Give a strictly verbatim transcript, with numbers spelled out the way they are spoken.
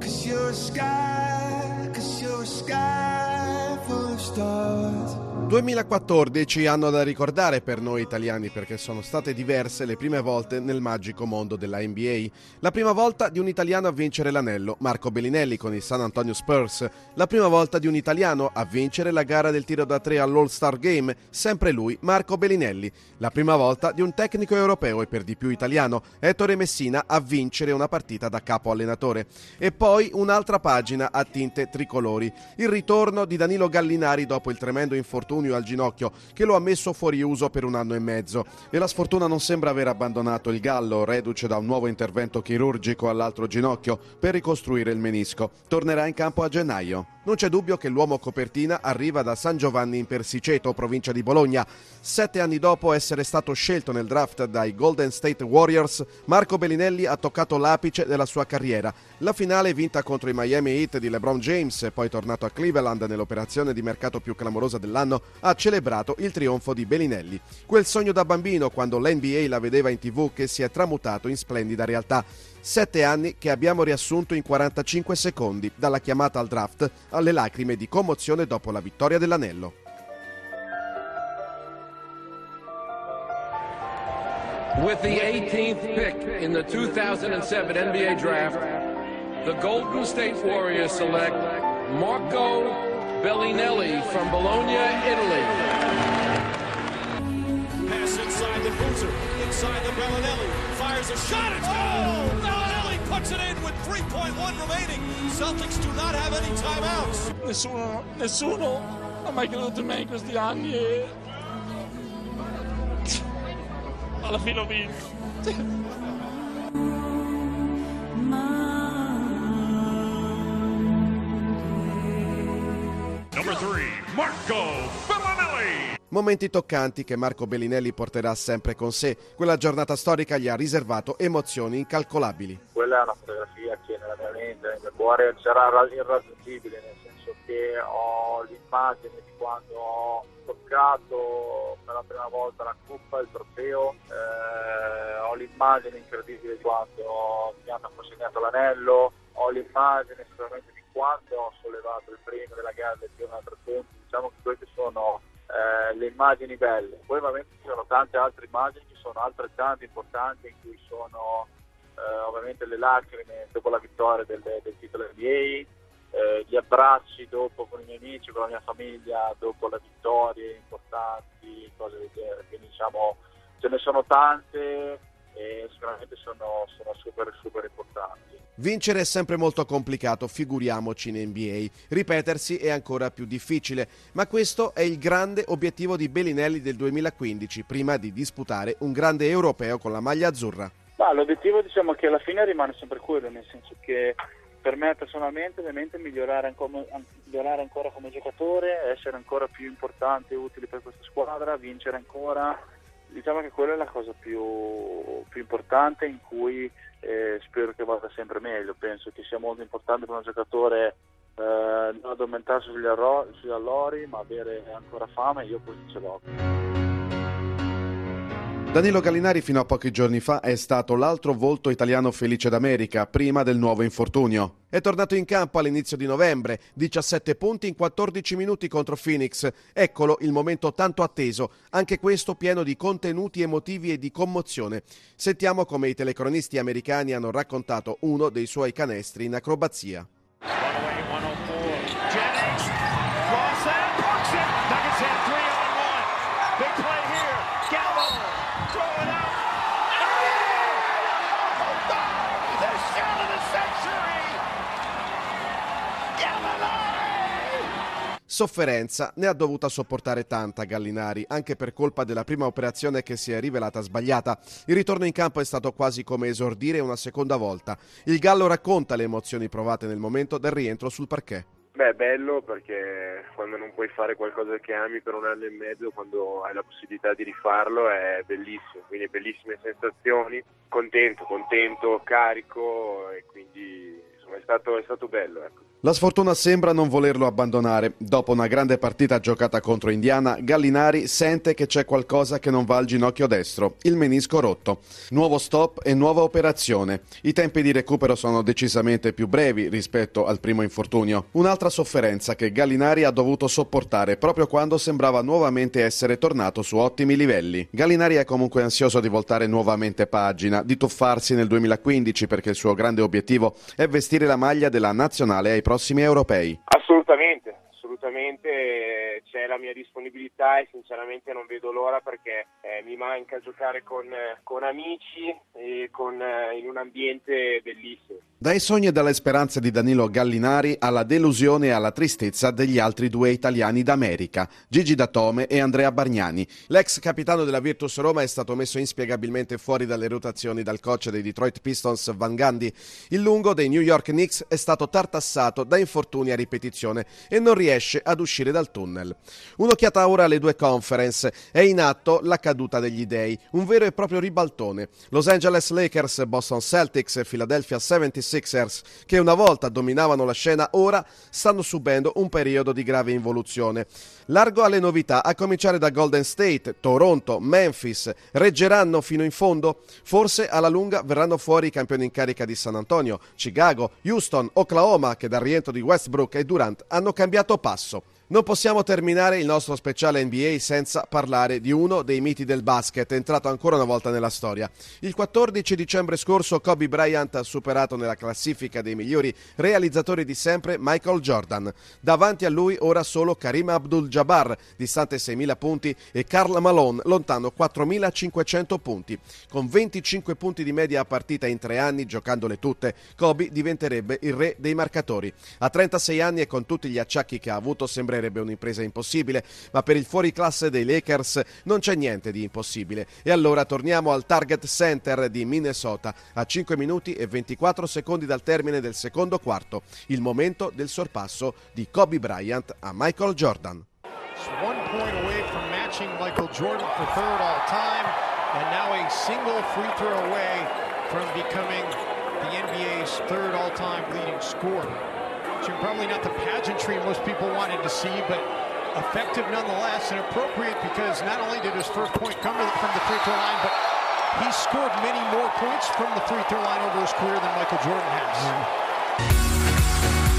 'Cause you're a sky, 'cause you're a sky full of stars. duemilaquattordici, anno da ricordare per noi italiani perché sono state diverse le prime volte nel magico mondo della N B A. La prima volta di un italiano a vincere l'anello, Marco Bellinelli con i San Antonio Spurs. La prima volta di un italiano a vincere la gara del tiro da tre all'All-Star Game, sempre lui, Marco Bellinelli. La prima volta di un tecnico europeo e per di più italiano, Ettore Messina, a vincere una partita da capo allenatore. E poi un'altra pagina a tinte tricolori, il ritorno di Danilo Gallinari dopo il tremendo infortunio al ginocchio che lo ha messo fuori uso per un anno e mezzo, e la sfortuna non sembra aver abbandonato il gallo, reduce da un nuovo intervento chirurgico all'altro ginocchio per ricostruire il menisco. Tornerà in campo a gennaio. Non c'è dubbio che l'uomo copertina arriva da San Giovanni in Persiceto, provincia di Bologna. Sette anni dopo essere stato scelto nel draft dai Golden State Warriors, Marco Bellinelli ha toccato l'apice della sua carriera. La finale vinta contro i Miami Heat di LeBron James, poi tornato a Cleveland nell'operazione di mercato più clamorosa dell'anno, ha celebrato il trionfo di Bellinelli. Quel sogno da bambino quando l'N B A la vedeva in tivù che si è tramutato in splendida realtà. Sette anni che abbiamo riassunto in quarantacinque secondi, dalla chiamata al draft alle lacrime di commozione dopo la vittoria dell'anello. With the eighteenth pick in the two thousand seven N B A draft, the Golden State Warriors select Marco Bellinelli from Bologna, Italy. Pass inside the Boozer, inside the Bellinelli, fires a shot, it's oh! Bellinelli puts it in with three point one remaining. Celtics do not have any timeouts. Nessuno, nessuno ha mai creduto in me in questi anni e alla fine ho vinto. Number three, Marco Bellinelli. Momenti toccanti che Marco Bellinelli porterà sempre con sé. Quella giornata storica gli ha riservato emozioni incalcolabili. Quella è una fotografia che nella mia mente, nel cuore, sarà irraggiungibile, nel senso che ho l'immagine di quando ho toccato per la prima volta la coppa, il trofeo, eh, ho l'immagine incredibile di quando mi hanno consegnato l'anello, ho l'immagine sicuramente di quando ho sollevato il premio della gara del tiro da tre punti. Diciamo che queste sono eh, le immagini belle. Poi ovviamente ci sono tante altre immagini che sono altrettanto importanti, in cui sono eh, ovviamente le lacrime dopo la vittoria del, del titolo N B A, Eh, gli abbracci dopo con i miei amici, con la mia famiglia, dopo le vittorie importanti, cose del genere. Quindi diciamo ce ne sono tante e sicuramente sono, sono super super importanti. Vincere è sempre molto complicato, figuriamoci in N B A. Ripetersi è ancora più difficile, ma questo è il grande obiettivo di Bellinelli del duemilaquindici, prima di disputare un grande europeo con la maglia azzurra. Ma l'obiettivo diciamo che alla fine rimane sempre quello, nel senso che per me personalmente ovviamente migliorare ancora, migliorare ancora come giocatore, essere ancora più importante e utile per questa squadra, vincere ancora. Diciamo che quella è la cosa più, più importante, in cui eh, spero che vada sempre meglio. Penso che sia molto importante per un giocatore eh, non addormentarsi sugli, arro- sugli allori, ma avere ancora fame, io poi ce l'ho. Danilo Gallinari fino a pochi giorni fa è stato l'altro volto italiano felice d'America prima del nuovo infortunio. È tornato in campo all'inizio di novembre, diciassette punti in quattordici minuti contro Phoenix. Eccolo il momento tanto atteso, anche questo pieno di contenuti emotivi e di commozione. Sentiamo come i telecronisti americani hanno raccontato uno dei suoi canestri in acrobazia. Sofferenza ne ha dovuta sopportare tanta Gallinari, anche per colpa della prima operazione che si è rivelata sbagliata. Il ritorno in campo è stato quasi come esordire una seconda volta. Il Gallo racconta le emozioni provate nel momento del rientro sul parquet. Beh, è bello perché quando non puoi fare qualcosa che ami per un anno e mezzo, quando hai la possibilità di rifarlo, è bellissimo, quindi bellissime sensazioni, contento, contento, carico, e quindi insomma è stato, è stato bello, ecco. La sfortuna sembra non volerlo abbandonare. Dopo una grande partita giocata contro Indiana, Gallinari sente che c'è qualcosa che non va al ginocchio destro, il menisco rotto. Nuovo stop e nuova operazione. I tempi di recupero sono decisamente più brevi rispetto al primo infortunio. Un'altra sofferenza che Gallinari ha dovuto sopportare proprio quando sembrava nuovamente essere tornato su ottimi livelli. Gallinari è comunque ansioso di voltare nuovamente pagina, di tuffarsi nel duemilaquindici perché il suo grande obiettivo è vestire la maglia della nazionale ai prossimi europei. Assolutamente, assolutamente c'è la mia disponibilità e sinceramente non vedo l'ora perché eh, mi manca giocare con, con amici e con, eh, in un ambiente bellissimo. Dai sogni e dalle speranze di Danilo Gallinari alla delusione e alla tristezza degli altri due italiani d'America, Gigi Datome e Andrea Bargnani. L'ex capitano della Virtus Roma è stato messo inspiegabilmente fuori dalle rotazioni dal coach dei Detroit Pistons Van Gundy. Il lungo dei New York Knicks è stato tartassato da infortuni a ripetizione e non riesce ad uscire dal tunnel. Un'occhiata ora alle due conference. È in atto la caduta degli dei, un vero e proprio ribaltone. Los Angeles Lakers, Boston Celtics e Philadelphia settantasei Sixers, che una volta dominavano la scena, ora stanno subendo un periodo di grave involuzione. Largo alle novità, a cominciare da Golden State, Toronto, Memphis. Reggeranno fino in fondo? Forse alla lunga verranno fuori i campioni in carica di San Antonio, Chicago, Houston, Oklahoma, che dal rientro di Westbrook e Durant hanno cambiato passo. Non possiamo terminare il nostro speciale N B A senza parlare di uno dei miti del basket, entrato ancora una volta nella storia. Il quattordici dicembre scorso Kobe Bryant ha superato nella classifica dei migliori realizzatori di sempre Michael Jordan. Davanti a lui ora solo Kareem Abdul-Jabbar, distante seimila punti, e Karl Malone, lontano quattromilacinquecento punti. Con venticinque punti di media a partita in tre anni, giocandole tutte, Kobe diventerebbe il re dei marcatori. A trentasei anni e con tutti gli acciacchi che ha avuto sembrerebbe un'impresa impossibile, ma per il fuoriclasse dei Lakers non c'è niente di impossibile. E allora torniamo al Target Center di Minnesota a cinque minuti e ventiquattro secondi dal termine del secondo quarto, il momento del sorpasso di Kobe Bryant a Michael Jordan. One point away from matching Michael Jordan for third all time, and now a single free throw away from becoming the N B A's third all time leading scorer. Probably not the pageantry most people wanted to see, but effective nonetheless, and appropriate because not only did his first point come from the free throw line, but he scored many more points from the free throw line over his career than Michael Jordan has.